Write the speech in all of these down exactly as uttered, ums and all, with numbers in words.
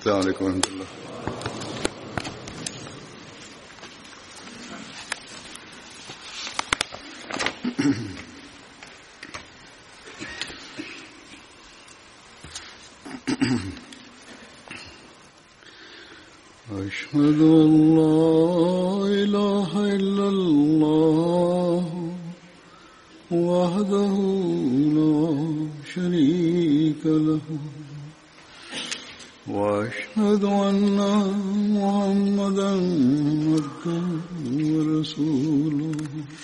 السلام عليكم ورحمة الله. أشهد أن لا إله إلا الله وحده لا شريك له وأشهد أن محمدا عبده ورسوله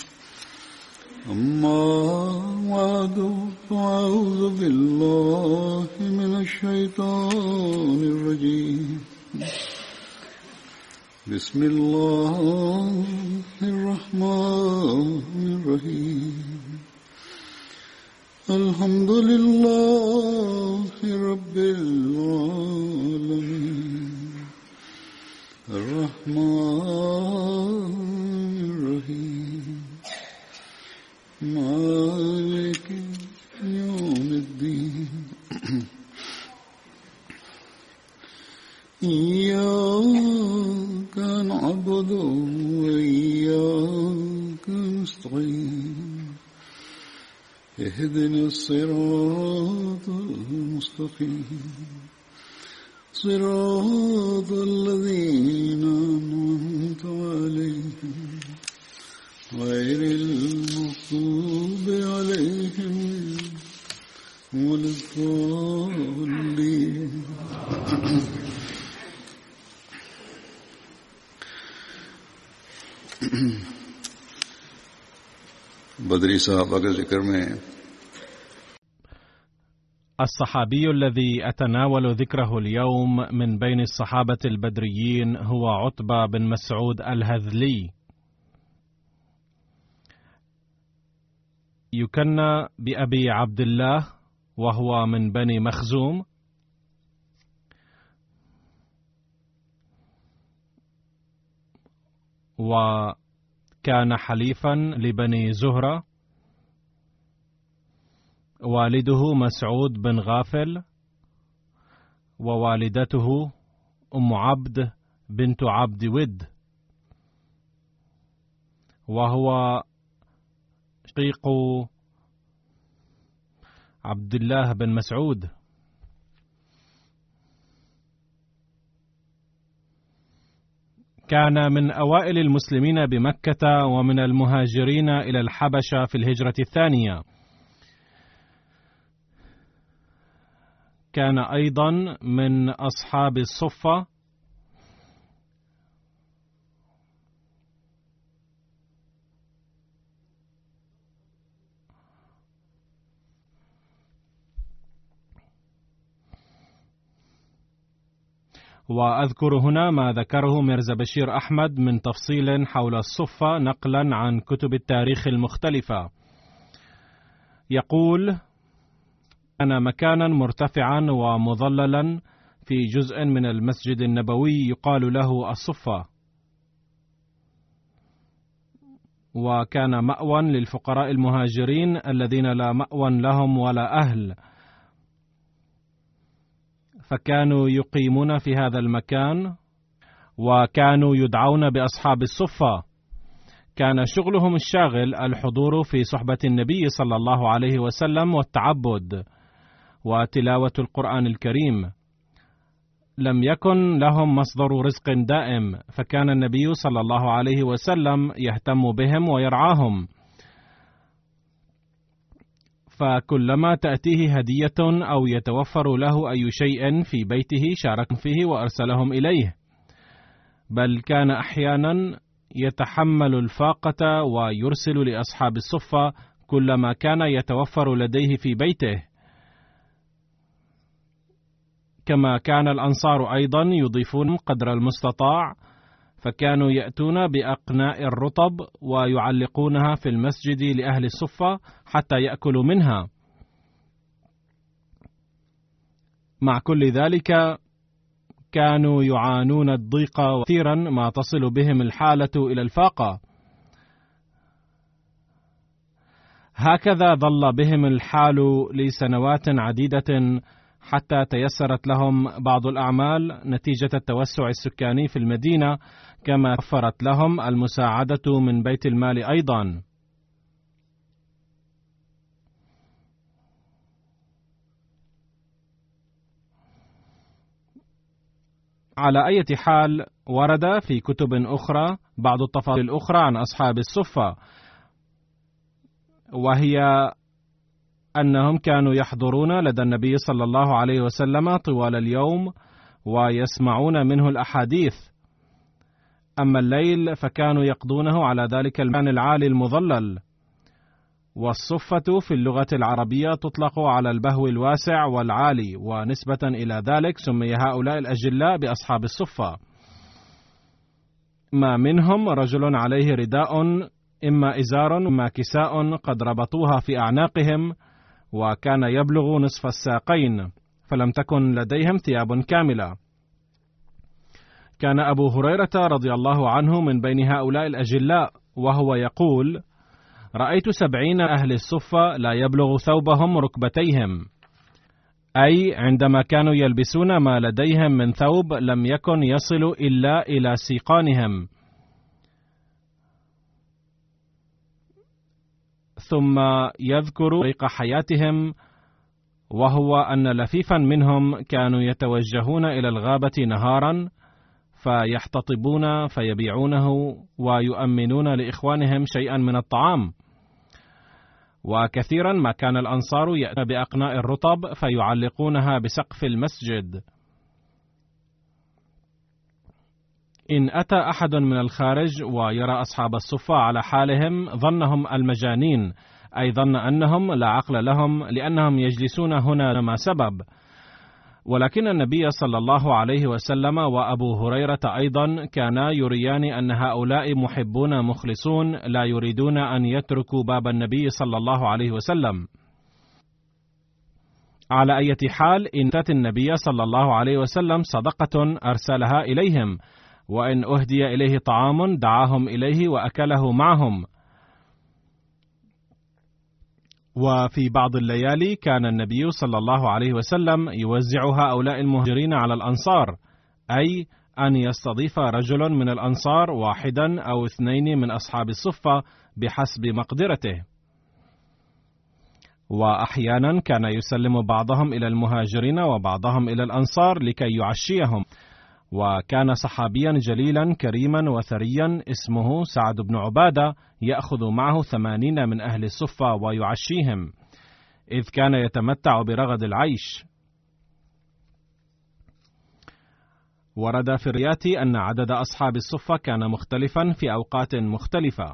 أما بعد فأعوذ بالله من الشيطان الرجيم بسم الله الرحمن الرحيم الحمد لله رب العالمين الرحمن الرحيم مالك يوم الدين إياك نعبد وإياك نستعين اهدنا الصراط المستقيم صراط الذين أنعمت عليهم غير المغضوب عليهم ولا الضالين. بدري صحابة के जिक्र में الصحابي الذي أتناول ذكره اليوم من بين الصحابة البدريين هو عتبة بن مسعود الهذلي، يكنى بأبي عبد الله، وهو من بني مخزوم، وكان حليفا لبني زهرة. والده مسعود بن غافل، ووالدته أم عبد بنت عبد ود، وهو شقيق عبد الله بن مسعود. كان من أوائل المسلمين بمكة ومن المهاجرين إلى الحبشة في الهجرة الثانية. كان أيضا من أصحاب الصفة، وأذكر هنا ما ذكره ميرزا بشير أحمد من تفصيل حول الصفة نقلا عن كتب التاريخ المختلفة. يقول: كان مكانا مرتفعا ومظللا في جزء من المسجد النبوي يقال له الصفة، وكان مأوى للفقراء المهاجرين الذين لا مأوى لهم ولا أهل، فكانوا يقيمون في هذا المكان، وكانوا يدعون بأصحاب الصفة. كان شغلهم الشاغل الحضور في صحبة النبي صلى الله عليه وسلم والتعبد وتلاوة القرآن الكريم. لم يكن لهم مصدر رزق دائم، فكان النبي صلى الله عليه وسلم يهتم بهم ويرعاهم، فكلما تأتيه هدية أو يتوفر له أي شيء في بيته شارك فيه وأرسلهم إليه، بل كان أحيانا يتحمل الفاقة ويرسل لأصحاب الصفة كلما كان يتوفر لديه في بيته. كما كان الأنصار أيضا يضيفون قدر المستطاع، فكانوا يأتون بأقناء الرطب ويعلقونها في المسجد لأهل الصفة حتى يأكلوا منها. مع كل ذلك كانوا يعانون الضيق، وكثيرا ما تصل بهم الحالة إلى الفاقة. هكذا ظل بهم الحال لسنوات عديدة، حتى تيسرت لهم بعض الأعمال نتيجة التوسع السكاني في المدينة، كما وفرت لهم المساعدة من بيت المال أيضا. على أي حال، ورد في كتب أخرى بعض التفاصيل الأخرى عن أصحاب الصفة، وهي أنهم كانوا يحضرون لدى النبي صلى الله عليه وسلم طوال اليوم ويسمعون منه الأحاديث، أما الليل فكانوا يقضونه على ذلك المكان العالي المظلل. والصفة في اللغة العربية تطلق على البهو الواسع والعالي، ونسبة إلى ذلك سمي هؤلاء الأجلاء بأصحاب الصفة. ما منهم رجل عليه رداء إما إزار إما كساء قد ربطوها في أعناقهم، وكان يبلغ نصف الساقين، فلم تكن لديهم ثياب كاملة. كان أبو هريرة رضي الله عنه من بين هؤلاء الأجلاء، وهو يقول: رأيت سبعين أهل الصفة لا يبلغ ثوبهم ركبتيهم، أي عندما كانوا يلبسون ما لديهم من ثوب لم يكن يصل إلا إلى سيقانهم. ثم يذكر طريق حياتهم، وهو أن لفيفا منهم كانوا يتوجهون إلى الغابة نهارا فيحتطبون فيبيعونه ويؤمنون لإخوانهم شيئا من الطعام. وكثيرا ما كان الأنصار يأتون بأقناء الرطب فيعلقونها بسقف المسجد. إن أتى أحد من الخارج ويرى أصحاب الصفة على حالهم ظنهم المجانين، أي ظن أنهم لا عقل لهم لأنهم يجلسون هنا ما سبب. ولكن النبي صلى الله عليه وسلم وأبو هريرة أيضا كانا يريان أن هؤلاء محبون مخلصون لا يريدون أن يتركوا باب النبي صلى الله عليه وسلم. على أي حال، إن أتت النبي صلى الله عليه وسلم صدقة أرسلها إليهم، وإن أهدي إليه طعام دعاهم إليه وأكله معهم. وفي بعض الليالي كان النبي صلى الله عليه وسلم يوزع هؤلاء المهاجرين على الأنصار، أي أن يستضيف رجل من الأنصار واحدا أو اثنين من أصحاب الصفة بحسب مقدرته. وأحيانا كان يسلم بعضهم إلى المهاجرين وبعضهم إلى الأنصار لكي يعشيهم. وكان صحابيا جليلا كريما وثريا اسمه سعد بن عبادة يأخذ معه ثمانين من أهل الصفة ويعشيهم، إذ كان يتمتع برغد العيش. ورد في الروايات أن عدد أصحاب الصفة كان مختلفا في أوقات مختلفة.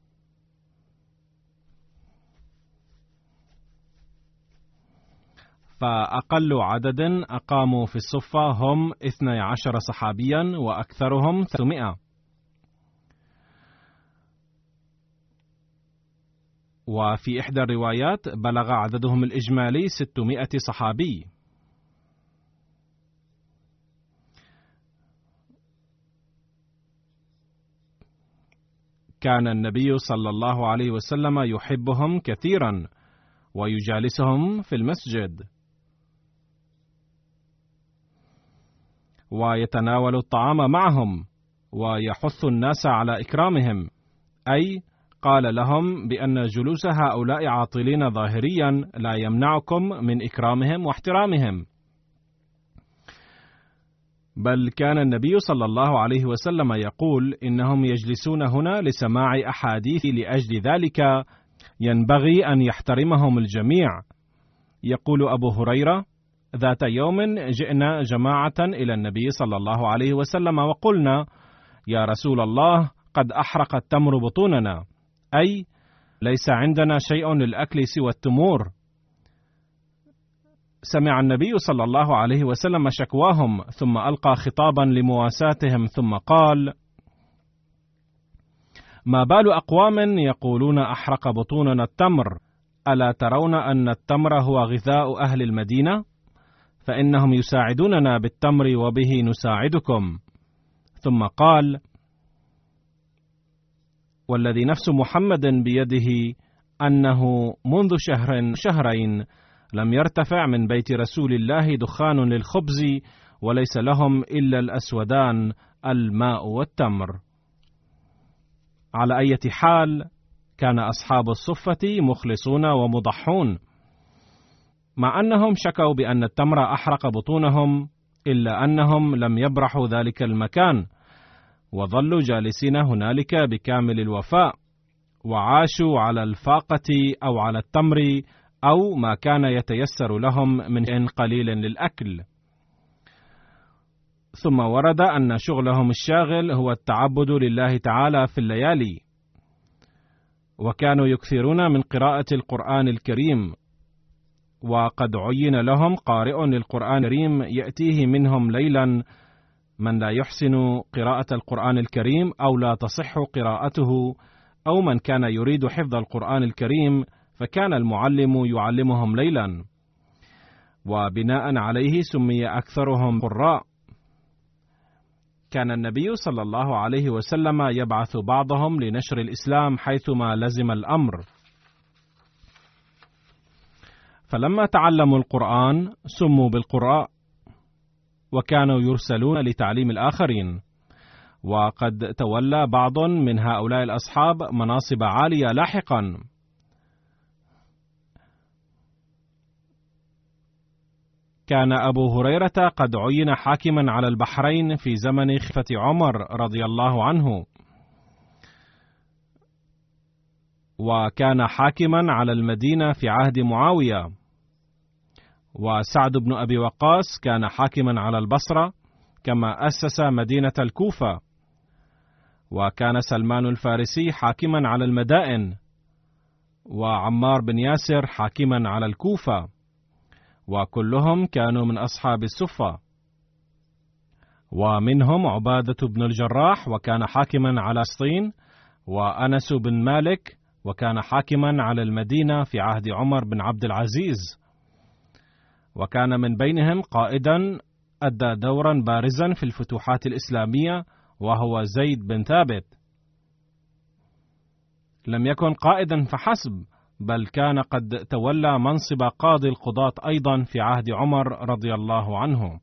فأقل عدد أقاموا في الصفة هم اثني عشر صحابيا وأكثرهم ثلاثمائة. وفي إحدى الروايات بلغ عددهم الإجمالي ستمائة صحابي. كان النبي صلى الله عليه وسلم يحبهم كثيرا ويجالسهم في المسجد ويتناول الطعام معهم ويحث الناس على إكرامهم، أي قال لهم بأن جلوس هؤلاء عاطلين ظاهريا لا يمنعكم من إكرامهم واحترامهم. بل كان النبي صلى الله عليه وسلم يقول إنهم يجلسون هنا لسماع أحاديث، لأجل ذلك ينبغي أن يحترمهم الجميع. يقول أبو هريرة: ذات يوم جئنا جماعة إلى النبي صلى الله عليه وسلم وقلنا: يا رسول الله، قد أحرق التمر بطوننا، أي ليس عندنا شيء للأكل سوى التمور. سمع النبي صلى الله عليه وسلم شكواهم، ثم ألقى خطابا لمواساتهم، ثم قال: ما بال أقوام يقولون أحرق بطوننا التمر؟ ألا ترون أن التمر هو غذاء أهل المدينة؟ فإنهم يساعدوننا بالتمر وبه نساعدكم. ثم قال: والذي نفس محمد بيده أنه منذ شهر شهرين لم يرتفع من بيت رسول الله دخان للخبز، وليس لهم إلا الأسودان الماء والتمر. على أي حال، كان أصحاب الصفة مخلصون ومضحون، مع أنهم شكوا بأن التمر أحرق بطونهم، إلا أنهم لم يبرحوا ذلك المكان، وظلوا جالسين هنالك بكامل الوفاء، وعاشوا على الفاقة أو على التمر أو ما كان يتيسر لهم من شيء قليل للأكل. ثم ورد أن شغلهم الشاغل هو التعبد لله تعالى في الليالي، وكانوا يكثرون من قراءة القرآن الكريم، وقد عين لهم قارئ للقرآن الكريم يأتيه منهم ليلا من لا يحسن قراءة القرآن الكريم أو لا تصح قراءته، أو من كان يريد حفظ القرآن الكريم، فكان المعلم يعلمهم ليلا، وبناء عليه سمي أكثرهم قراء. كان النبي صلى الله عليه وسلم يبعث بعضهم لنشر الإسلام حيثما لزم الأمر، فلما تعلموا القرآن سموا بالقراء، وكانوا يرسلون لتعليم الآخرين. وقد تولى بعض من هؤلاء الأصحاب مناصب عالية لاحقا. كان أبو هريرة قد عين حاكما على البحرين في زمن خلافة عمر رضي الله عنه، وكان حاكما على المدينة في عهد معاوية. وسعد بن أبي وقاص كان حاكما على البصرة، كما أسس مدينة الكوفة. وكان سلمان الفارسي حاكما على المدائن، وعمار بن ياسر حاكما على الكوفة، وكلهم كانوا من أصحاب الصفة. ومنهم عبادة بن الجراح، وكان حاكما على فلسطين، وأنس بن مالك، وكان حاكما على المدينة في عهد عمر بن عبد العزيز. وكان من بينهم قائدا أدى دورا بارزا في الفتوحات الإسلامية، وهو زيد بن ثابت. لم يكن قائدا فحسب، بل كان قد تولى منصب قاضي القضاة أيضا في عهد عمر رضي الله عنه.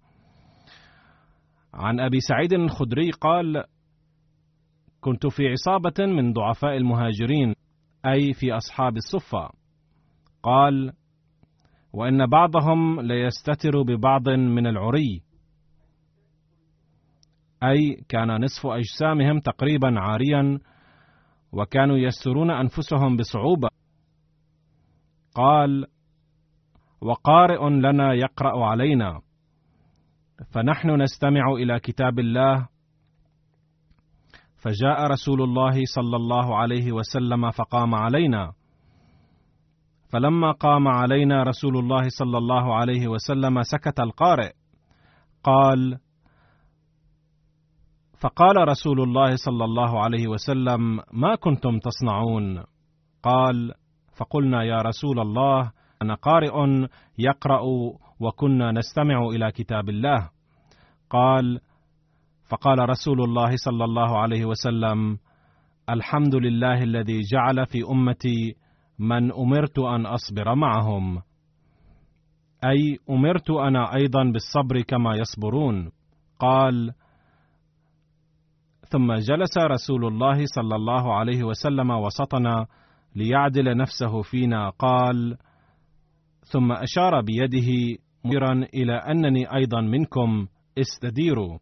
عن أبي سعيد الخدري قال: كنت في عصابة من ضعفاء المهاجرين، أي في أصحاب الصفة. قال: وإن بعضهم ليستتر ببعض من العري، أي كان نصف أجسامهم تقريبا عاريا، وكانوا يسترون أنفسهم بصعوبة. قال: وقارئ لنا يقرأ علينا، فنحن نستمع إلى كتاب الله. فجاء رسول الله صلى الله عليه وسلم فقام علينا، فلما قام علينا رسول الله صلى الله عليه وسلم سكت القارئ. قال: فقال رسول الله صلى الله عليه وسلم: ما كنتم تصنعون؟ قال: فقلنا يا رسول الله أنا قارئ يقرأ وكنا نستمع إلى كتاب الله. قال: فقال رسول الله صلى الله عليه وسلم: الحمد لله الذي جعل في أمتي من أمرت أن أصبر معهم، أي أمرت أنا أيضا بالصبر كما يصبرون. قال: ثم جلس رسول الله صلى الله عليه وسلم وسطنا ليعدل نفسه فينا. قال: ثم أشار بيده مشيرا إلى أنني أيضا منكم، استديروا.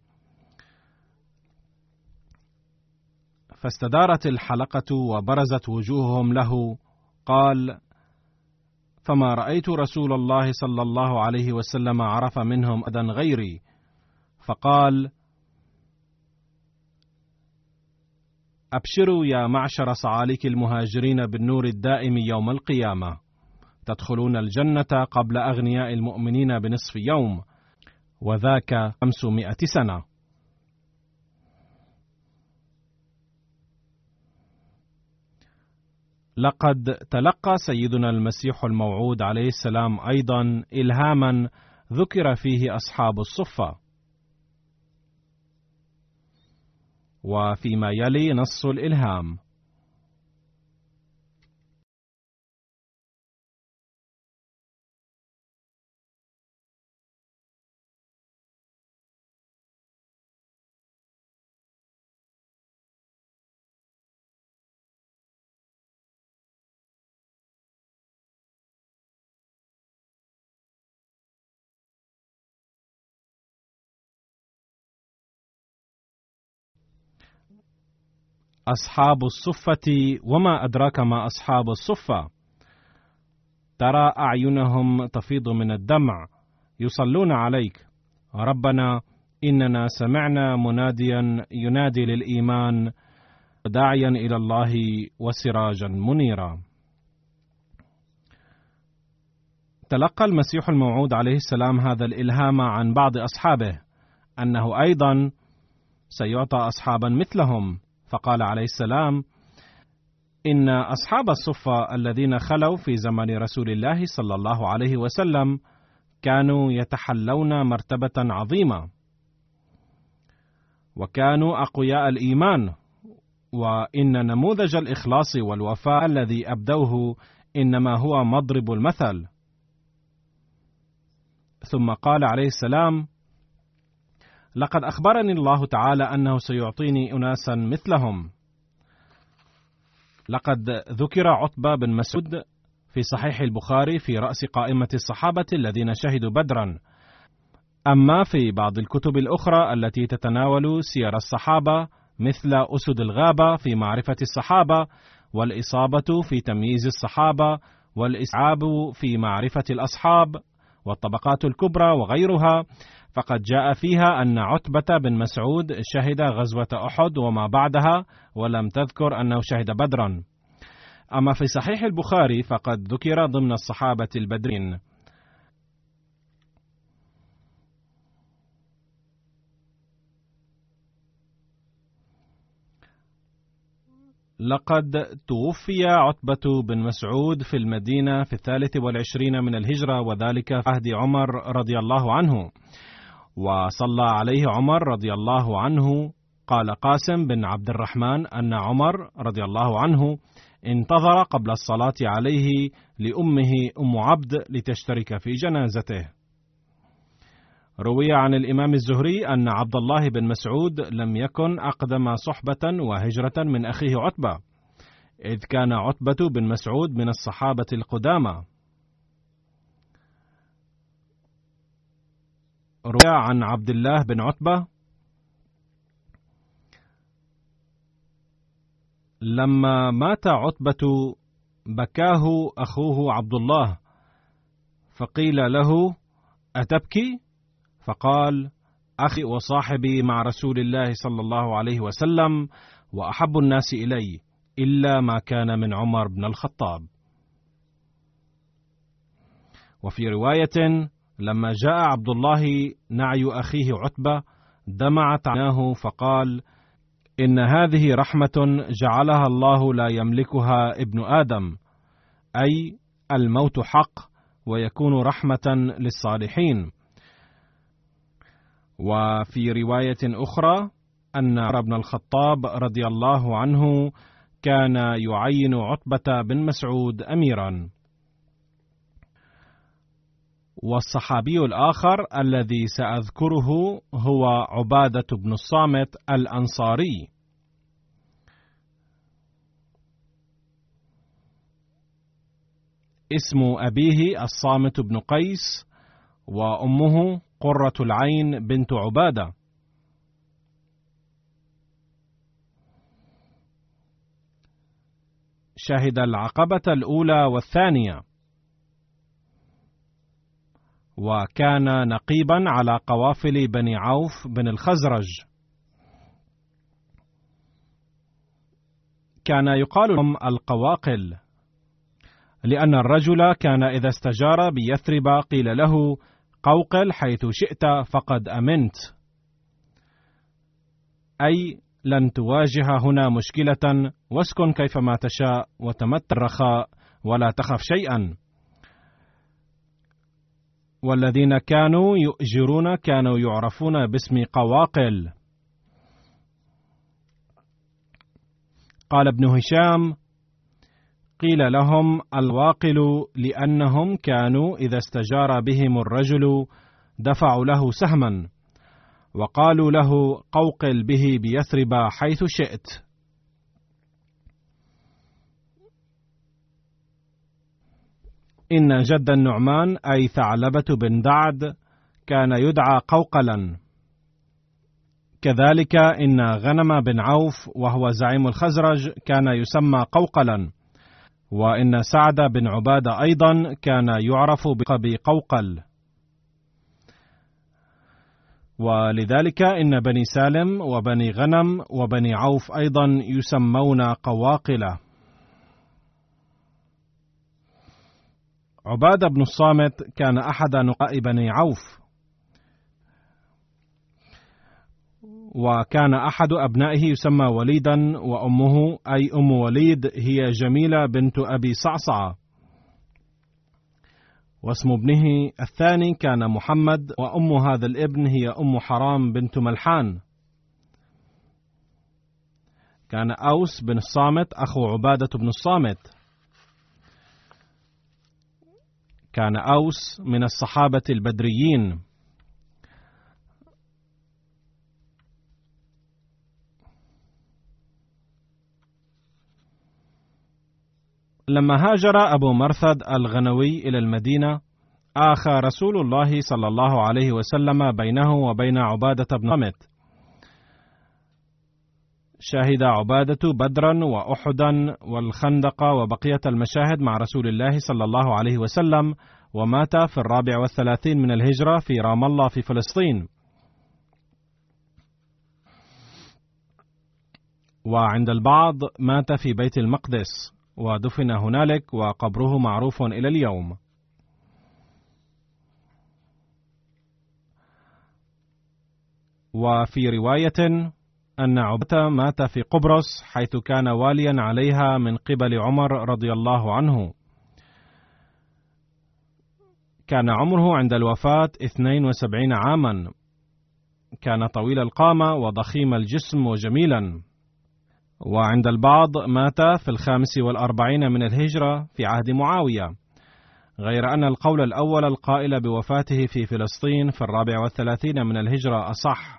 فاستدارت الحلقة وبرزت وجوههم له. قال: فما رأيت رسول الله صلى الله عليه وسلم عرف منهم أحدا غيري. فقال: أبشروا يا معشر صعاليك المهاجرين بالنور الدائم يوم القيامة، تدخلون الجنة قبل أغنياء المؤمنين بنصف يوم، وذاك خمسمائة سنة. لقد تلقى سيدنا المسيح الموعود عليه السلام أيضا إلهاما ذكر فيه أصحاب الصفة. وفيما يلي نص الإلهام: أصحاب الصفة وما أدراك ما أصحاب الصفة، ترى أعينهم تفيض من الدمع يصلون عليك: ربنا إننا سمعنا مناديا ينادي للإيمان داعيا إلى الله وسراجا منيرا. تلقى المسيح الموعود عليه السلام هذا الإلهام عن بعض أصحابه أنه أيضا سيعطى أصحابا مثلهم، فقال عليه السلام: إن أصحاب الصفة الذين خلوا في زمن رسول الله صلى الله عليه وسلم كانوا يتحلون مرتبة عظيمة، وكانوا أقوياء الإيمان، وإن نموذج الإخلاص والوفاء الذي أبدوه إنما هو مضرب المثل. ثم قال عليه السلام: لقد أخبرني الله تعالى أنه سيعطيني أناسا مثلهم. لقد ذكر عتبة بن مسعود في صحيح البخاري في رأس قائمة الصحابة الذين شهدوا بدرا. أما في بعض الكتب الأخرى التي تتناول سير الصحابة مثل أسد الغابة في معرفة الصحابة، والإصابة في تمييز الصحابة، والإسعاب في معرفة الأصحاب، والطبقات الكبرى وغيرها، فقد جاء فيها أن عتبة بن مسعود شهد غزوة أحد وما بعدها، ولم تذكر أنه شهد بدرا. أما في صحيح البخاري فقد ذكر ضمن الصحابة البدرين. لقد توفي عتبة بن مسعود في المدينة في الثالث والعشرين من الهجرة، وذلك في عهد عمر رضي الله عنه، وصلى عليه عمر رضي الله عنه. قال قاسم بن عبد الرحمن أن عمر رضي الله عنه انتظر قبل الصلاة عليه لأمه أم عبد لتشترك في جنازته. روي عن الإمام الزهري أن عبد الله بن مسعود لم يكن أقدم صحبة وهجرة من أخيه عتبة، إذ كان عتبة بن مسعود من الصحابة القدامى. روي عن عبد الله بن عتبة: لما مات عتبة بكاه أخوه عبد الله، فقيل له: أتبكي؟ فقال: أخي وصاحبي مع رسول الله صلى الله عليه وسلم، وأحب الناس إلي، إلا ما كان من عمر بن الخطاب. وفي رواية: لما جاء عبد الله نعي أخيه عتبة دمعت عيناه، فقال: إن هذه رحمة جعلها الله لا يملكها ابن آدم، أي الموت حق ويكون رحمة للصالحين. وفي رواية أخرى أن عمر بن الخطاب رضي الله عنه كان يعين عتبة بن مسعود أميرا. والصحابي الآخر الذي سأذكره هو عبادة بن الصامت الأنصاري. اسم أبيه الصامت بن قيس، وأمه قرة العين بنت عبادة. شهد العقبة الأولى والثانية، وكان نقيبا على قوافل بني عوف بن الخزرج. كان يقال لهم القواقل، لأن الرجل كان إذا استجار بيثرب قيل له: قوقل حيث شئت فقد أمنت، أي لن تواجه هنا مشكلة، واسكن كيفما تشاء وتمتع الرخاء ولا تخف شيئا. والذين كانوا يؤجرون كانوا يعرفون باسم قواقل. قال ابن هشام: قيل لهم الواقل لأنهم كانوا إذا استجار بهم الرجل دفعوا له سهما، وقالوا له: قوقل به بيثرب حيث شئت. إن جد النعمان أي ثعلبة بن دعد كان يدعى قوقلا، كذلك إن غنم بن عوف وهو زعيم الخزرج كان يسمى قوقلا، وإن سعد بن عبادة أيضا كان يعرف بقوقل، ولذلك إن بني سالم وبني غنم وبني عوف أيضا يسمون قواقلة. عبادة بن الصامت كان أحد نقاء بني عوف، وكان أحد أبنائه يسمى وليدا، وأمه أي أم وليد هي جميلة بنت أبي صعصعة، واسم ابنه الثاني كان محمد، وأم هذا الابن هي أم حرام بنت ملحان. كان أوس بن الصامت أخو عبادة بن الصامت. كان أوس من الصحابة البدريين. لما هاجر أبو مرثد الغنوي إلى المدينة، آخى رسول الله صلى الله عليه وسلم بينه وبين عبادة بن الصامت. شهد عبادة بدرا وأحدا والخندق وبقية المشاهد مع رسول الله صلى الله عليه وسلم، ومات في الرابع والثلاثين من الهجرة في رام الله في فلسطين. وعند البعض مات في بيت المقدس ودفن هنالك، وقبره معروف إلى اليوم. وفي رواية أن عبادة مات في قبرص حيث كان واليا عليها من قبل عمر رضي الله عنه. كان عمره عند الوفاة اثنين وسبعين عاما. كان طويل القامة وضخيم الجسم وجميلا. وعند البعض مات في الخامس والأربعين من الهجرة في عهد معاوية، غير أن القول الأول القائل بوفاته في فلسطين في الرابع والثلاثين من الهجرة أصح.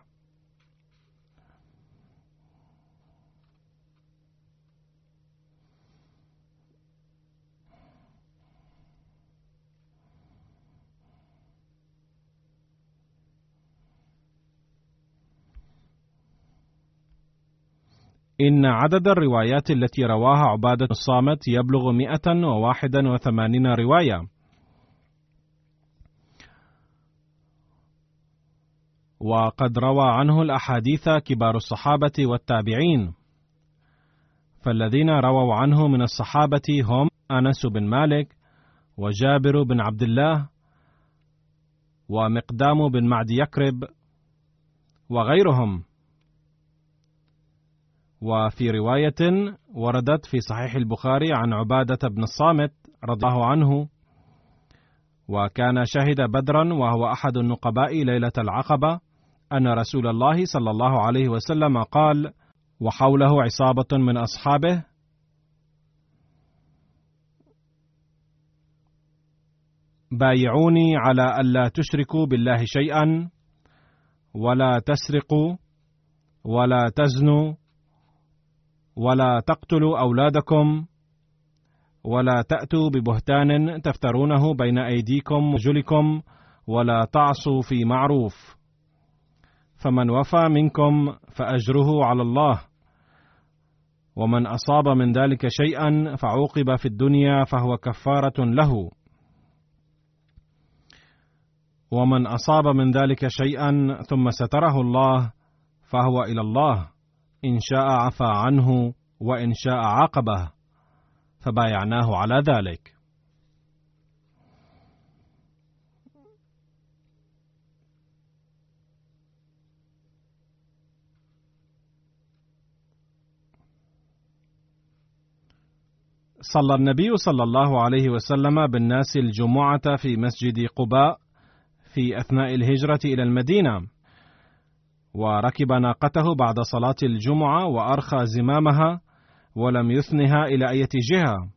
إن عدد الروايات التي رواها عبادة الصامت يبلغ مئة وواحدا وثمانين رواية، وقد روى عنه الأحاديث كبار الصحابة والتابعين. فالذين رووا عنه من الصحابة هم أنس بن مالك وجابر بن عبد الله ومقدام بن معد يكرب وغيرهم. وفي رواية وردت في صحيح البخاري عن عبادة بن الصامت رضي الله عنه، وكان شهد بدرا وهو أحد النقباء ليلة العقبة، أن رسول الله صلى الله عليه وسلم قال وحوله عصابة من أصحابه: بايعوني على ألا تشركوا بالله شيئا، ولا تسرقوا، ولا تزنوا، ولا تقتلوا أولادكم، ولا تأتوا ببهتان تفترونه بين أيديكم وجلكم، ولا تعصوا في معروف. فمن وفى منكم فأجره على الله، ومن أصاب من ذلك شيئا فعوقب في الدنيا فهو كفارة له، ومن أصاب من ذلك شيئا ثم ستره الله فهو إلى الله، إن شاء عفى عنه وإن شاء عاقبه، فبايعناه على ذلك. صلى النبي صلى الله عليه وسلم بالناس الجمعة في مسجد قباء في أثناء الهجرة إلى المدينة، وركب ناقته بعد صلاة الجمعة وأرخى زمامها ولم يثنها إلى أي جهة،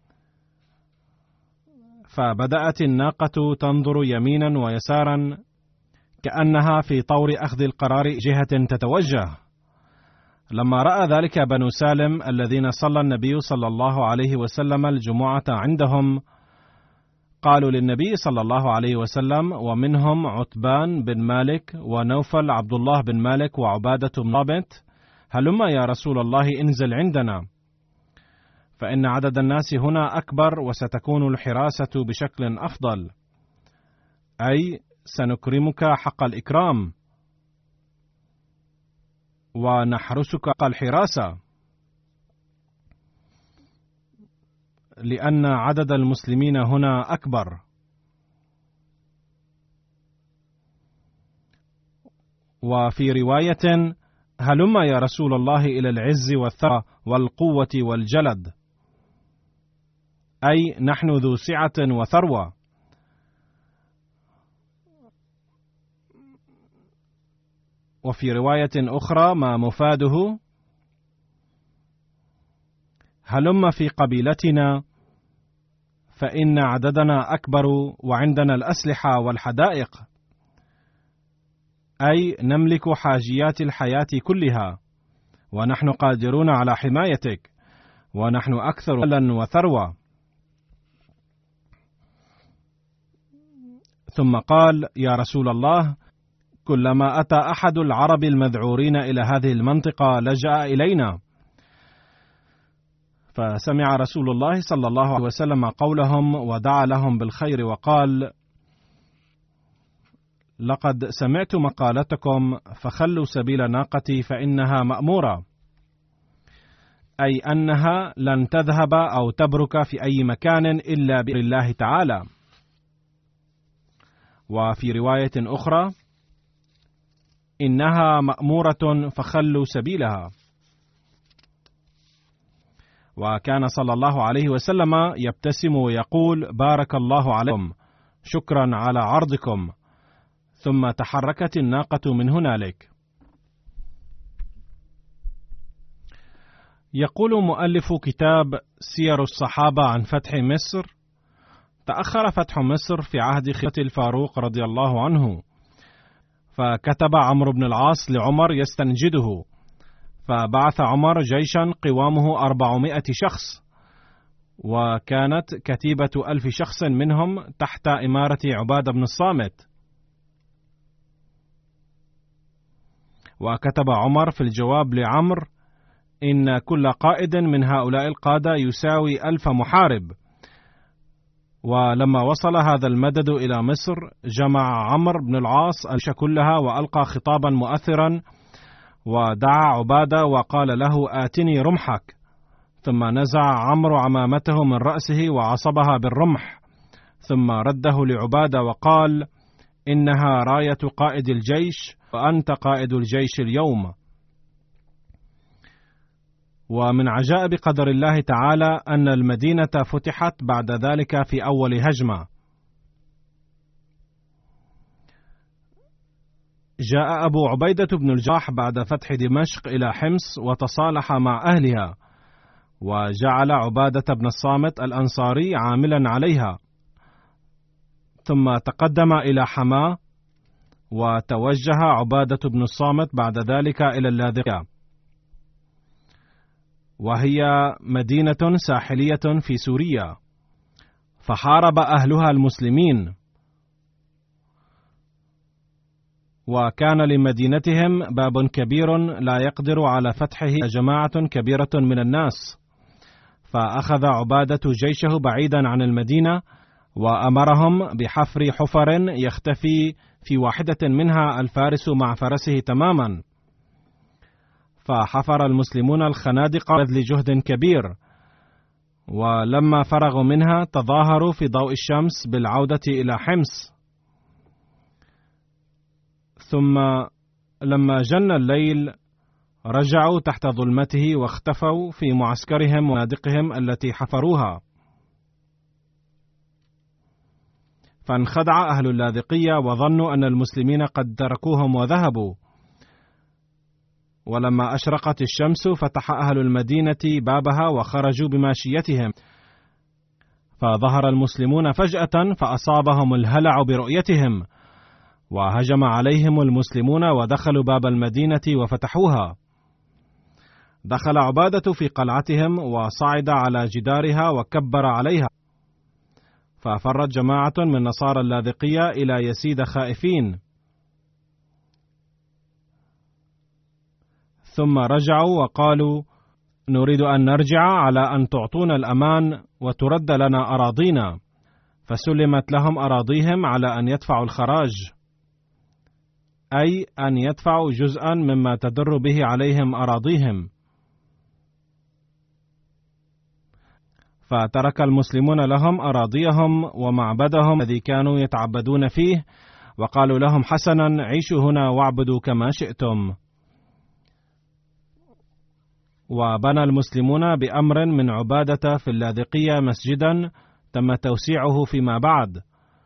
فبدأت الناقة تنظر يمينا ويسارا كأنها في طور أخذ القرار جهة تتوجه. لما رأى ذلك بنو سالم الذين صلى النبي صلى الله عليه وسلم الجمعة عندهم، فقالوا للنبي صلى الله عليه وسلم، ومنهم عتبان بن مالك ونوفل عبد الله بن مالك وعبادة بن صامت: هلما يا رسول الله انزل عندنا، فإن عدد الناس هنا أكبر وستكون الحراسة بشكل أفضل، أي سنكرمك حق الإكرام ونحرسك حق الحراسة، لأن عدد المسلمين هنا أكبر. وفي رواية: هلما يا رسول الله إلى العز والثرى والقوة والجلد، أي نحن ذو سعة وثروة. وفي رواية أخرى ما مفاده: هلم في قبيلتنا فإن عددنا أكبر وعندنا الأسلحة والحدائق، أي نملك حاجيات الحياة كلها ونحن قادرون على حمايتك ونحن أكثر مالا وثروة. ثم قال: يا رسول الله، كلما أتى أحد العرب المذعورين إلى هذه المنطقة لجأ إلينا. فسمع رسول الله صلى الله عليه وسلم قولهم ودعا لهم بالخير وقال: لقد سمعت مقالتكم، فخلوا سبيل ناقتي فإنها مأمورة، أي أنها لن تذهب أو تبرك في أي مكان إلا بإذن الله تعالى. وفي رواية أخرى: إنها مأمورة فخلوا سبيلها. وكان صلى الله عليه وسلم يبتسم ويقول: بارك الله عليكم، شكرا على عرضكم. ثم تحركت الناقة من هنالك. يقول مؤلف كتاب سير الصحابة عن فتح مصر: تأخر فتح مصر في عهد خلافة الفاروق رضي الله عنه، فكتب عمرو بن العاص لعمر يستنجده، فبعث عمر جيشا قوامه أربعمائة شخص، وكانت كتيبة ألف شخص منهم تحت إمارة عبادة بن الصامت. وكتب عمر في الجواب لعمرو: إن كل قائد من هؤلاء القادة يساوي ألف محارب. ولما وصل هذا المدد إلى مصر جمع عمرو بن العاص الجيش كلها وألقى خطابا مؤثرا ودعا عبادة وقال له: آتني رمحك. ثم نزع عمرو عمامته من رأسه وعصبها بالرمح، ثم رده لعبادة وقال: إنها راية قائد الجيش وأنت قائد الجيش اليوم. ومن عجائب قدر الله تعالى أن المدينة فتحت بعد ذلك في أول هجمة. جاء أبو عبيدة بن الجراح بعد فتح دمشق إلى حمص وتصالح مع أهلها، وجعل عبادة بن الصامت الأنصاري عاملا عليها، ثم تقدم إلى حماة، وتوجه عبادة بن الصامت بعد ذلك إلى اللاذقية، وهي مدينة ساحلية في سوريا، فحارب أهلها المسلمين، وكان لمدينتهم باب كبير لا يقدر على فتحه جماعة كبيرة من الناس، فأخذ عبادة جيشه بعيدا عن المدينة وأمرهم بحفر حفر يختفي في واحدة منها الفارس مع فرسه تماما. فحفر المسلمون الخنادق بذل جهد كبير، ولما فرغوا منها تظاهروا في ضوء الشمس بالعودة إلى حمص. ثم لما جن الليل رجعوا تحت ظلمته واختفوا في معسكرهم وخنادقهم التي حفروها. فانخدع أهل اللاذقية وظنوا أن المسلمين قد تركوهم وذهبوا. ولما أشرقت الشمس فتح أهل المدينة بابها وخرجوا بماشيتهم، فظهر المسلمون فجأة فأصابهم الهلع برؤيتهم، وهجم عليهم المسلمون ودخلوا باب المدينة وفتحوها. دخل عبادة في قلعتهم وصعد على جدارها وكبر عليها، ففرت جماعة من نصارى اللاذقية إلى يزيد خائفين، ثم رجعوا وقالوا: نريد أن نرجع على أن تعطونا الأمان وترد لنا أراضينا، فسلمت لهم أراضيهم على أن يدفعوا الخراج، أي أن يدفعوا جزءا مما تدر به عليهم أراضيهم. فترك المسلمون لهم أراضيهم ومعبدهم الذي كانوا يتعبدون فيه، وقالوا لهم: حسنا، عيشوا هنا واعبدوا كما شئتم. وبنى المسلمون بأمر من عبادة في اللاذقية مسجدا تم توسيعه فيما بعد.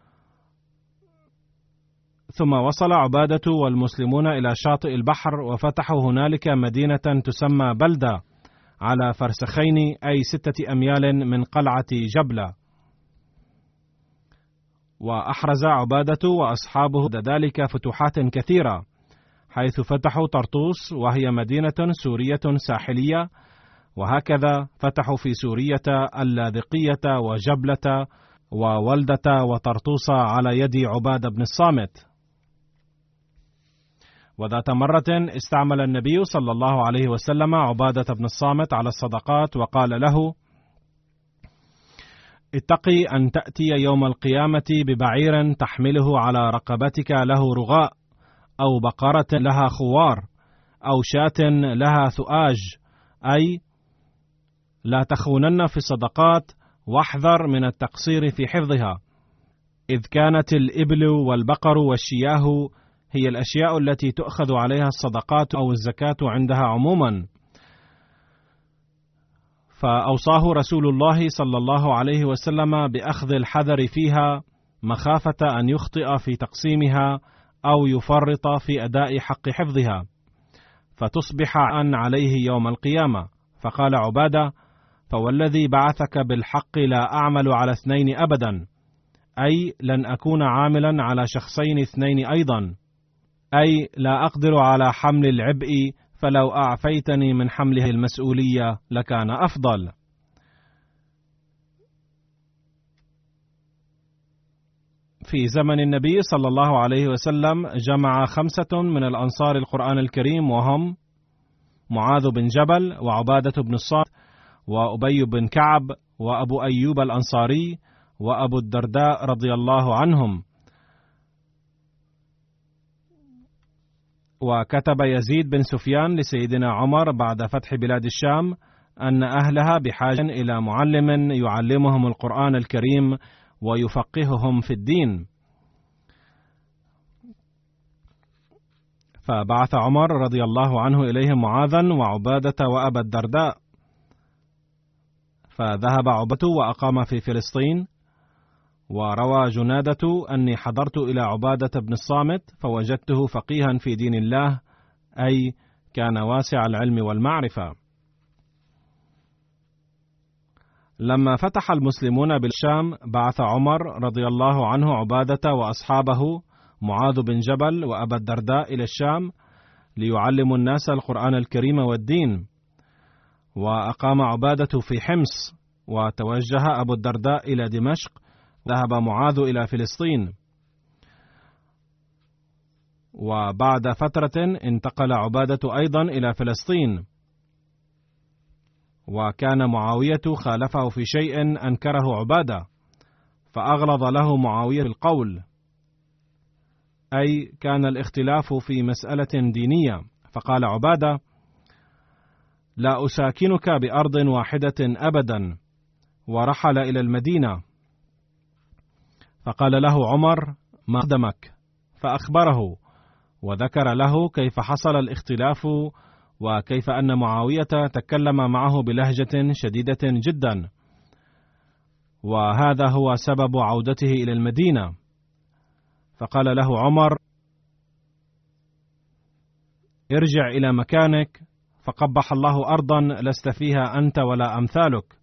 ثم وصل عبادة والمسلمون إلى شاطئ البحر، وفتحوا هنالك مدينة تسمى بلدة على فرسخين، أي ستة أميال من قلعة جبلة. وأحرز عبادة وأصحابه ذلك فتوحات كثيرة، حيث فتحوا طرطوس وهي مدينة سورية ساحلية، وهكذا فتحوا في سورية اللاذقية وجبلة وولدة وطرطوس على يد عبادة بن الصامت. وذات مرة استعمل النبي صلى الله عليه وسلم عبادة بن الصامت على الصدقات، وقال له: اتقي أن تأتي يوم القيامة ببعير تحمله على رقبتك له رغاء، أو بقرة لها خوار، أو شاة لها ثؤاج، أي لا تخونن في الصدقات، واحذر من التقصير في حفظها، إذ كانت الإبل والبقر والشياه هي الأشياء التي تؤخذ عليها الصدقات أو الزكاة عندها عموما. فأوصاه رسول الله صلى الله عليه وسلم بأخذ الحذر فيها، مخافة أن يخطئ في تقسيمها أو يفرط في أداء حق حفظها، فتصبح عن عليه يوم القيامة. فقال عبادة: فوالذي بعثك بالحق لا أعمل على اثنين أبدا، أي لن أكون عاملا على شخصين اثنين أيضا، أي لا أقدر على حمل العبء، فلو أعفيتني من حمله المسؤولية لكان أفضل. في زمن النبي صلى الله عليه وسلم جمع خمسة من الأنصار القرآن الكريم، وهم معاذ بن جبل، وعبادة بن الصامت، وأبي بن كعب، وأبو أيوب الأنصاري، وأبو الدرداء رضي الله عنهم. وكتب يزيد بن سفيان لسيدنا عمر بعد فتح بلاد الشام أن أهلها بحاجة إلى معلم يعلمهم القرآن الكريم ويفقههم في الدين. فبعث عمر رضي الله عنه إليهم معاذا وعبادة وأبا الدرداء، فذهب عبادة وأقام في فلسطين. وروى جنادة أني حضرت إلى عبادة بن الصامت فوجدته فقيها في دين الله، أي كان واسع العلم والمعرفة. لما فتح المسلمون بالشام بعث عمر رضي الله عنه عبادة وأصحابه معاذ بن جبل وأبا الدرداء إلى الشام ليعلموا الناس القرآن الكريم والدين. وأقام عبادة في حمص، وتوجه أبو الدرداء إلى دمشق، ذهب معاذ إلى فلسطين. وبعد فترة انتقل عبادة أيضا إلى فلسطين، وكان معاوية خالفه في شيء أنكره عبادة، فأغلظ له معاوية القول، أي كان الاختلاف في مسألة دينية، فقال عبادة: لا أساكنك بأرض واحدة أبدا، ورحل إلى المدينة. فقال له عمر: ما قدمك؟ فأخبره، وذكر له كيف حصل الاختلاف، وكيف أن معاوية تكلم معه بلهجة شديدة جدا، وهذا هو سبب عودته إلى المدينة. فقال له عمر: ارجع إلى مكانك، فقبح الله أرضا لست فيها أنت ولا أمثالك،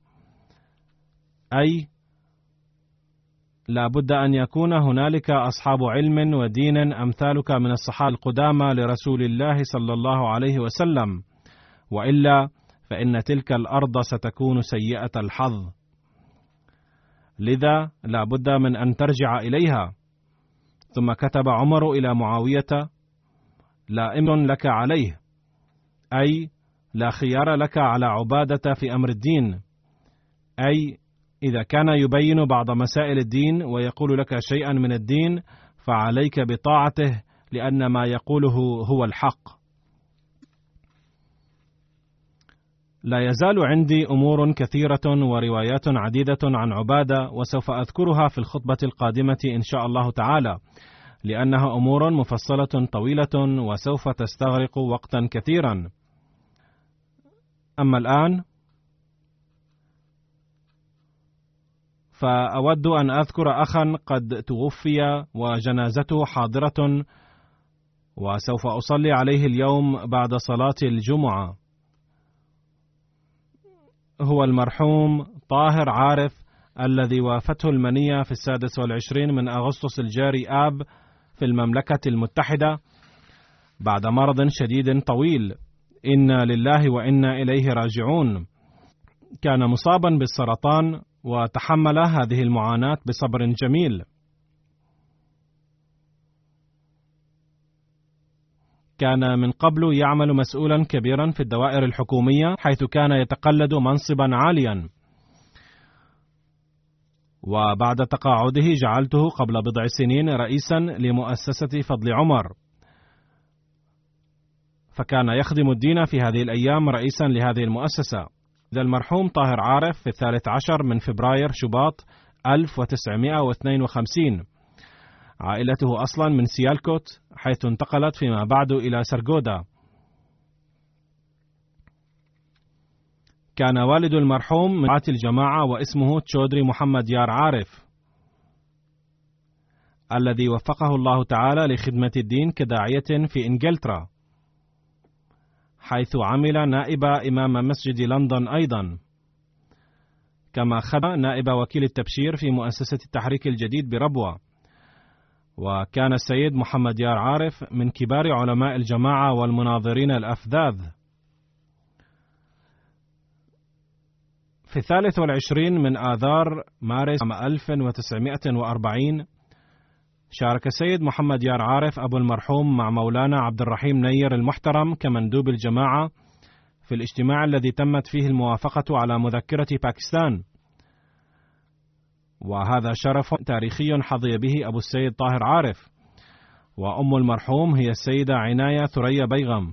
أي لا بد أن يكون هنالك أصحاب علم ودين أمثالك من الصحابة القدامى لرسول الله صلى الله عليه وسلم، وإلا فإن تلك الأرض ستكون سيئة الحظ. لذا لا بد من أن ترجع إليها. ثم كتب عمر إلى معاوية: لا أمر لك عليه، أي لا خيار لك على عبادة في أمر الدين، أي إذا كان يبين بعض مسائل الدين ويقول لك شيئا من الدين فعليك بطاعته، لأن ما يقوله هو الحق. لا يزال عندي أمور كثيرة وروايات عديدة عن عبادة، وسوف أذكرها في الخطبة القادمة إن شاء الله تعالى، لأنها أمور مفصلة طويلة وسوف تستغرق وقتا كثيرا. أما الآن فأود أن أذكر أخا قد توفي وجنازته حاضرة، وسوف أصلي عليه اليوم بعد صلاة الجمعة. هو المرحوم طاهر عارف، الذي وافته المنية في السادس والعشرين من أغسطس الجاري آب في المملكة المتحدة بعد مرض شديد طويل. إنا لله وإنا إليه راجعون. كان مصابا بالسرطان وتحمل هذه المعاناة بصبر جميل. كان من قبل يعمل مسؤولا كبيرا في الدوائر الحكومية، حيث كان يتقلد منصبا عاليا. وبعد تقاعده جعلته قبل بضع سنين رئيسا لمؤسسة فضل عمر، فكان يخدم الدين في هذه الأيام رئيسا لهذه المؤسسة. ذا المرحوم طاهر عارف في الثالث عشر من فبراير شباط ألف وتسعمائة واثنين وخمسين. عائلته أصلا من سيالكوت، حيث انتقلت فيما بعد إلى سرغودا. كان والد المرحوم من دعاة الجماعة، واسمه تشودري محمد يار عارف، الذي وفقه الله تعالى لخدمة الدين كداعية في إنجلترا، حيث عمل نائب إمام مسجد لندن أيضا، كما خدم نائب وكيل التبشير في مؤسسة التحريك الجديد بربوة. وكان السيد محمد يار عارف من كبار علماء الجماعة والمناظرين الأفذاذ. في الثالث والعشرين من آذار مارس عام ألف وتسعمائة وأربعين شارك السيد محمد يار عارف أبو المرحوم مع مولانا عبد الرحيم نير المحترم كمندوب الجماعة في الاجتماع الذي تمت فيه الموافقة على مذكرة باكستان، وهذا شرف تاريخي حظي به أبو السيد طاهر عارف. وأم المرحوم هي السيدة عناية ثريا بيغم،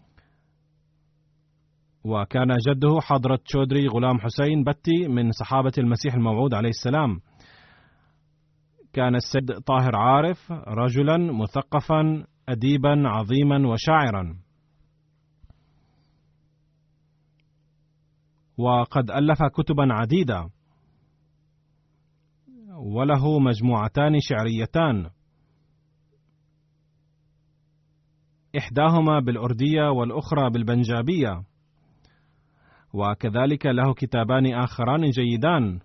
وكان جده حضرة تشودري غلام حسين بتي من صحابة المسيح الموعود عليه السلام. كان السيد طاهر عارف رجلا مثقفا أديبا عظيما وشاعرا، وقد ألف كتبا عديدة، وله مجموعتان شعريتان، إحداهما بالأردية والأخرى بالبنجابية، وكذلك له كتابان آخران جيدان،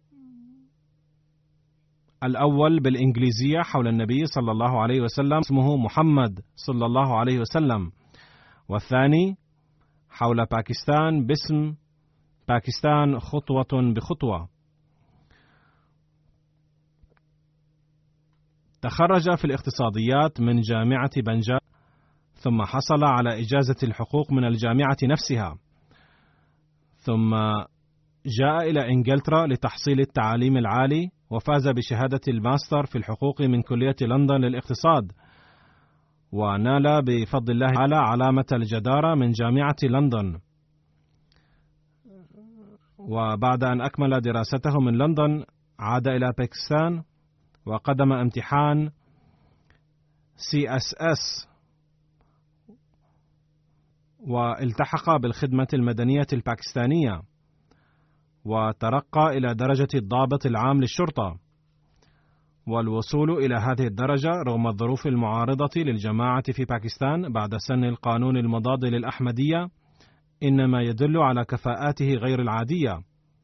الأول بالإنجليزية حول النبي صلى الله عليه وسلم اسمه محمد صلى الله عليه وسلم، والثاني حول باكستان باسم باكستان خطوة بخطوة. تخرج في الاقتصاديات من جامعة بنجاب، ثم حصل على إجازة الحقوق من الجامعة نفسها، ثم جاء إلى إنجلترا لتحصيل التعليم العالي، وفاز بشهادة الماستر في الحقوق من كلية لندن للاقتصاد، ونال بفضل الله تعالى علامة الجدارة من جامعة لندن. وبعد أن أكمل دراسته من لندن عاد إلى باكستان وقدم امتحان سي إس إس، والتحق بالخدمة المدنية الباكستانية، وترقى إلى درجة الضابط العام للشرطة. والوصول إلى هذه الدرجة رغم الظروف المعارضة للجماعة في باكستان بعد سن القانون المضاد للأحمدية إنما يدل على كفاءاته غير العادية.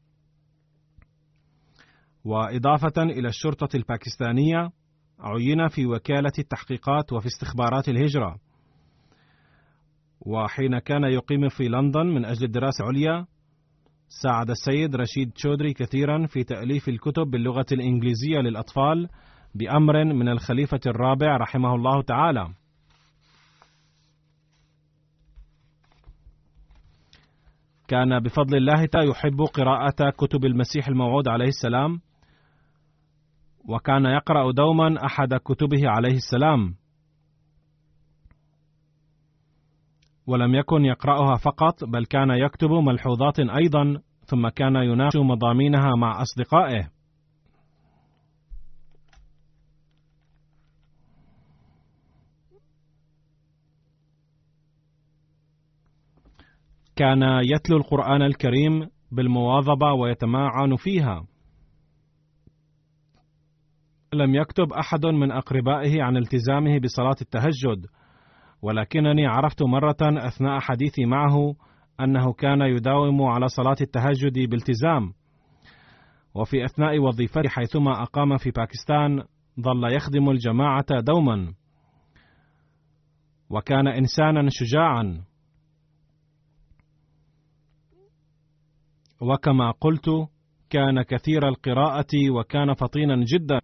وإضافة إلى الشرطة الباكستانية عين في وكالة التحقيقات وفي استخبارات الهجرة. وحين كان يقيم في لندن من أجل الدراسة العليا ساعد السيد رشيد تشودري كثيرا في تأليف الكتب باللغة الإنجليزية للأطفال بأمر من الخليفة الرابع رحمه الله تعالى. كان بفضل الله تعالى يحب قراءة كتب المسيح الموعود عليه السلام، وكان يقرأ دوما أحد كتبه عليه السلام، ولم يكن يقرأها فقط بل كان يكتب ملحوظات أيضا، ثم كان يناقش مضامينها مع أصدقائه. كان يتلو القرآن الكريم بالمواظبة ويتمعن فيها. لم يكتب أحد من أقربائه عن التزامه بصلاة التهجد، ولكنني عرفت مرة أثناء حديثي معه أنه كان يداوم على صلاة التهجد بالتزام، وفي أثناء وظيفته حيثما أقام في باكستان ظل يخدم الجماعة دوما، وكان إنسانا شجاعا، وكما قلت كان كثير القراءة وكان فطينا جدا،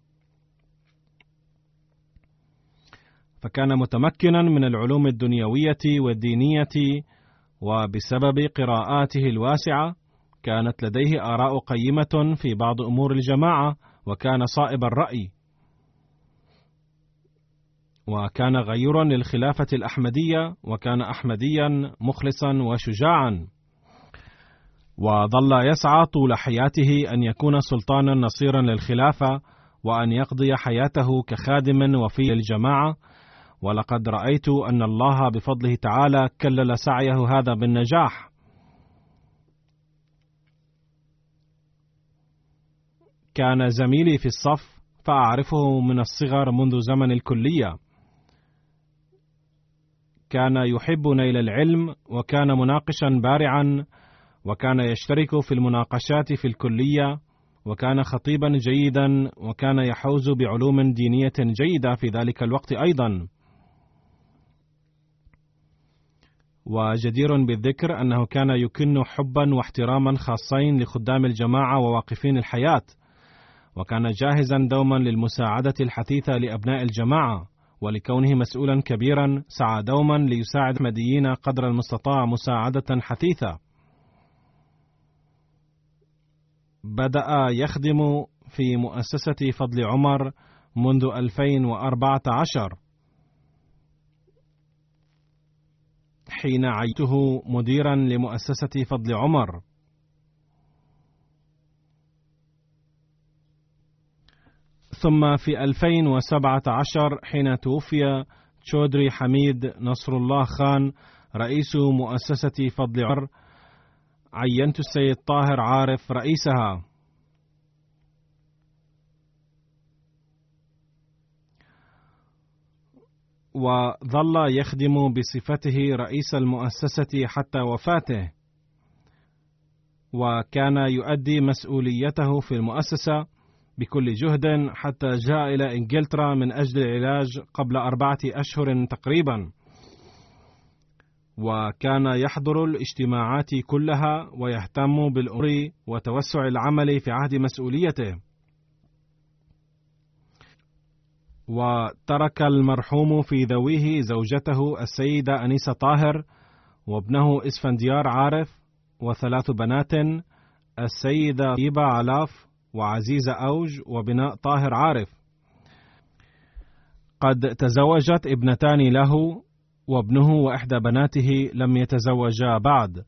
فكان متمكنا من العلوم الدنيوية والدينية، وبسبب قراءاته الواسعة كانت لديه آراء قيمة في بعض أمور الجماعة، وكان صائب الرأي، وكان غيورا للخلافة الأحمدية، وكان أحمديا مخلصا وشجاعا، وظل يسعى طول حياته أن يكون سلطانا نصيرا للخلافة، وأن يقضي حياته كخادم وفي الجماعة. ولقد رأيت أن الله بفضله تعالى كلل سعيه هذا بالنجاح. كان زميلي في الصف، فأعرفه من الصغر منذ زمن الكلية. كان يحب نيل العلم، وكان مناقشا بارعا، وكان يشترك في المناقشات في الكلية، وكان خطيبا جيدا، وكان يحوز بعلوم دينية جيدة في ذلك الوقت أيضا. وجدير بالذكر أنه كان يكن حبا واحتراما خاصين لخدام الجماعة وواقفين الحياة، وكان جاهزا دوما للمساعدة الحثيثة لأبناء الجماعة، ولكونه مسؤولا كبيرا سعى دوما ليساعد الأحمديين قدر المستطاع مساعدة حثيثة. بدأ يخدم في مؤسسة فضل عمر منذ ألفين وأربعة عشر، حين عينته مديرا لمؤسسة فضل عمر. ثم في ألفين وسبعة عشر حين توفي تشودري حميد نصر الله خان رئيس مؤسسة فضل عمر، عينت السيد طاهر عارف رئيسها. وظل يخدم بصفته رئيس المؤسسة حتى وفاته، وكان يؤدي مسؤوليته في المؤسسة بكل جهد حتى جاء إلى إنجلترا من أجل العلاج قبل أربعة أشهر تقريبا، وكان يحضر الاجتماعات كلها ويهتم بالأمور وتوسع العمل في عهد مسؤوليته. وترك المرحوم في ذويه زوجته السيدة أنيسة طاهر، وابنه إسفنديار عارف، وثلاث بنات، السيدة طيبة علاف، وعزيزة أوج، وبناء طاهر عارف. قد تزوجت ابنتان له، وابنه وإحدى بناته لم يتزوجا بعد.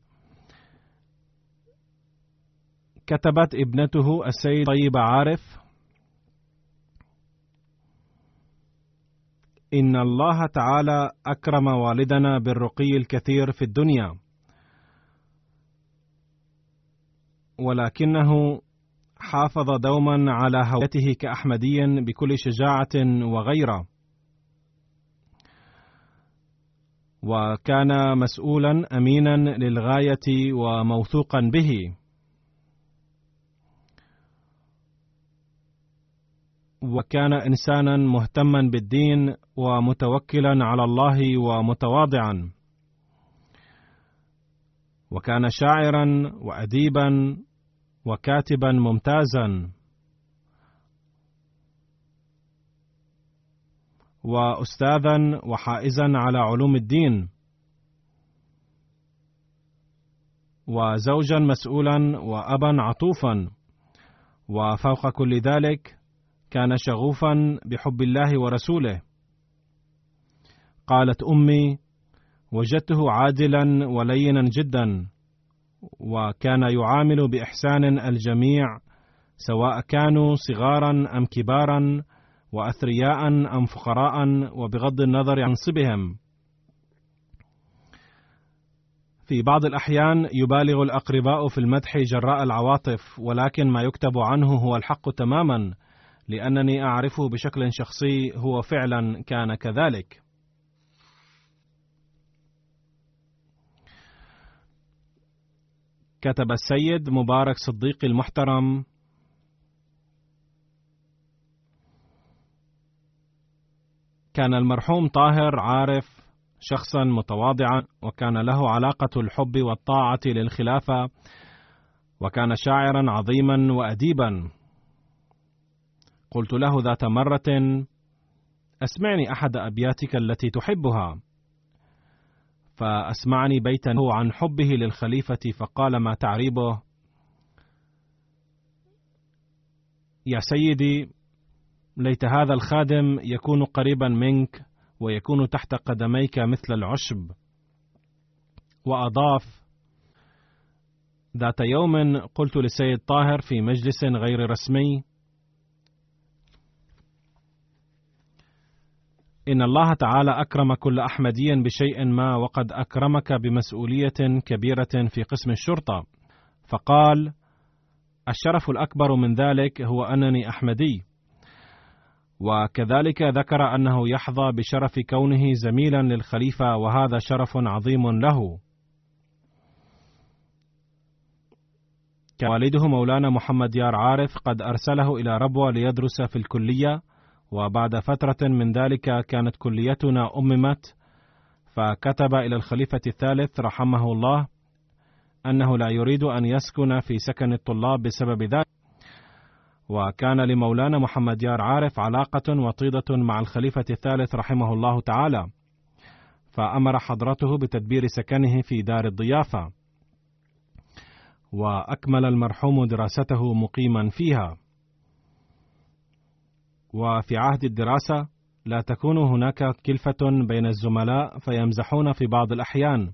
كتبت ابنته السيدة طيبة عارف: إن الله تعالى أكرم والدنا بالرقي الكثير في الدنيا، ولكنه حافظ دوما على هويته كأحمدي بكل شجاعة وغيرة، وكان مسؤولا أمينا للغاية وموثوقا به، وكان إنسانا مهتما بالدين ومتوكلا على الله ومتواضعا، وكان شاعرا وأديبا وكاتبا ممتازا، وأستاذا وحائزا على علوم الدين، وزوجا مسؤولا وأبا عطوفا، وفوق كل ذلك كان شغوفا بحب الله ورسوله. قالت أمي: وجدته عادلا ولينا جدا، وكان يعامل بإحسان الجميع سواء كانوا صغارا أم كبارا، وأثرياء أم فقراء، وبغض النظر عن منصبهم. في بعض الأحيان يبالغ الأقرباء في المدح جراء العواطف، ولكن ما يكتب عنه هو الحق تماما، لأنني أعرفه بشكل شخصي، هو فعلا كان كذلك. كتب السيد مبارك صديقي المحترم: كان المرحوم طاهر عارف شخصا متواضعا، وكان له علاقة الحب والطاعة للخلافة، وكان شاعرا عظيما وأديبا. قلت له ذات مرة: أسمعني أحد أبياتك التي تحبها. فأسمعني بيتا عن حبه للخليفة، فقال: ما تعريبه؟ يا سيدي، ليت هذا الخادم يكون قريبا منك ويكون تحت قدميك مثل العشب. وأضاف: ذات يوم قلت لسيد طاهر في مجلس غير رسمي: إن الله تعالى أكرم كل أحمدي بشيء ما، وقد أكرمك بمسؤولية كبيرة في قسم الشرطة. فقال: الشرف الأكبر من ذلك هو أنني أحمدي. وكذلك ذكر أنه يحظى بشرف كونه زميلا للخليفة، وهذا شرف عظيم له. كان والده مولانا محمد يار عارف قد أرسله إلى ربوة ليدرس في الكلية، وبعد فترة من ذلك كانت كليتنا أممت، فكتب إلى الخليفة الثالث رحمه الله أنه لا يريد أن يسكن في سكن الطلاب بسبب ذلك. وكان لمولانا محمد يار عارف علاقة وطيدة مع الخليفة الثالث رحمه الله تعالى، فأمر حضرته بتدبير سكنه في دار الضيافة، وأكمل المرحوم دراسته مقيما فيها. وفي عهد الدراسة لا تكون هناك كلفة بين الزملاء فيمزحون في بعض الأحيان،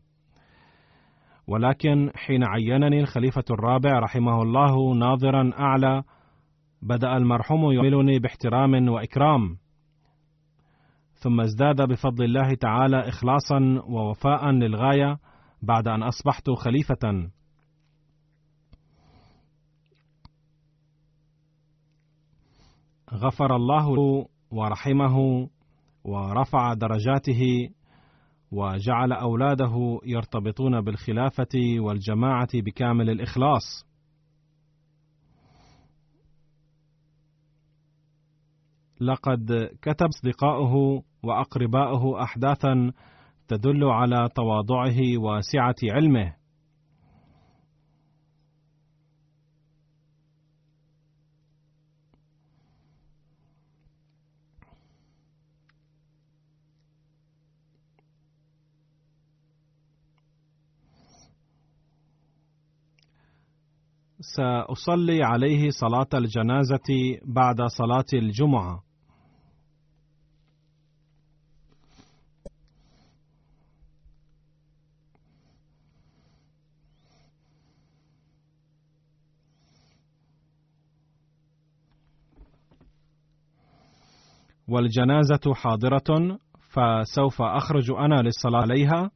ولكن حين عينني الخليفة الرابع رحمه الله ناظرا أعلى، بدأ المرحوم يعاملني باحترام وإكرام، ثم ازداد بفضل الله تعالى إخلاصا ووفاء للغاية بعد أن أصبحت خليفة. غفر الله له ورحمه ورفع درجاته، وجعل أولاده يرتبطون بالخلافة والجماعة بكامل الإخلاص. لقد كتب أصدقاؤه وأقرباؤه أحداثا تدل على تواضعه وسعة علمه. سأصلي عليه صلاة الجنازة بعد صلاة الجمعة. والجنازة حاضرة، فسوف أخرج أنا للصلاة عليها.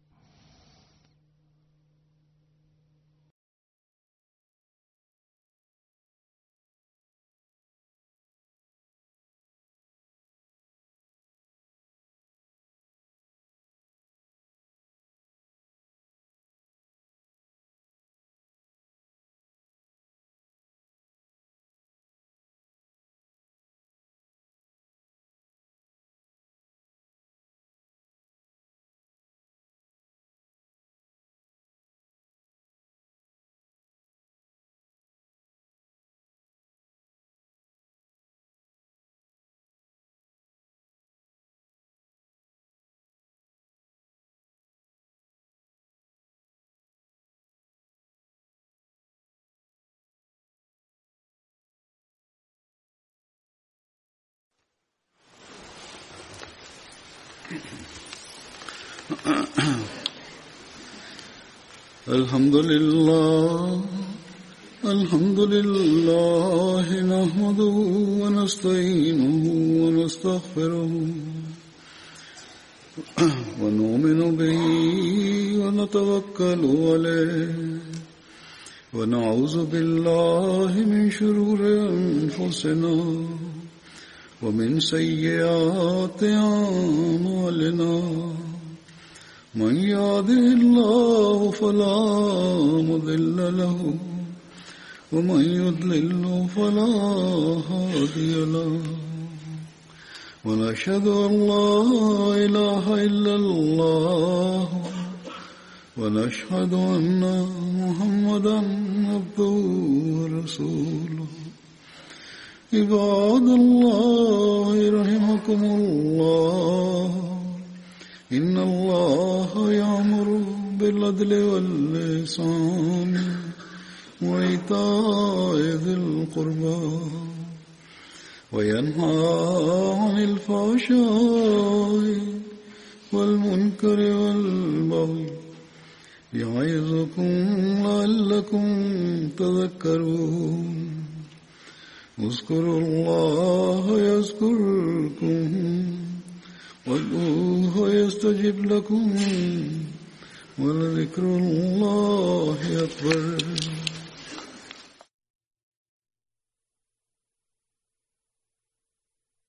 الحمد لله الحمد لله نحمده ونستعينه ونستغفره ونؤمن به ونتوكل عليه ونعوذ بالله من شرور أنفسنا ومن سيئات أعمالنا من يهده الله فلا مضل له ومن يضلل فلا هادي له ونشهد أن لا إله إلا الله ونشهد أن محمدا عبده ورسوله عباد الله رحمكم الله إن الله يأمر بالعدل والإحسان وإيتاء ذي القربى وينهى عن الفحشاء والمنكر والبغي يعظكم لعلكم تذكرون اذكروا الله يذكركم وادعوه يستجب لكم ولذكر الله أكبر.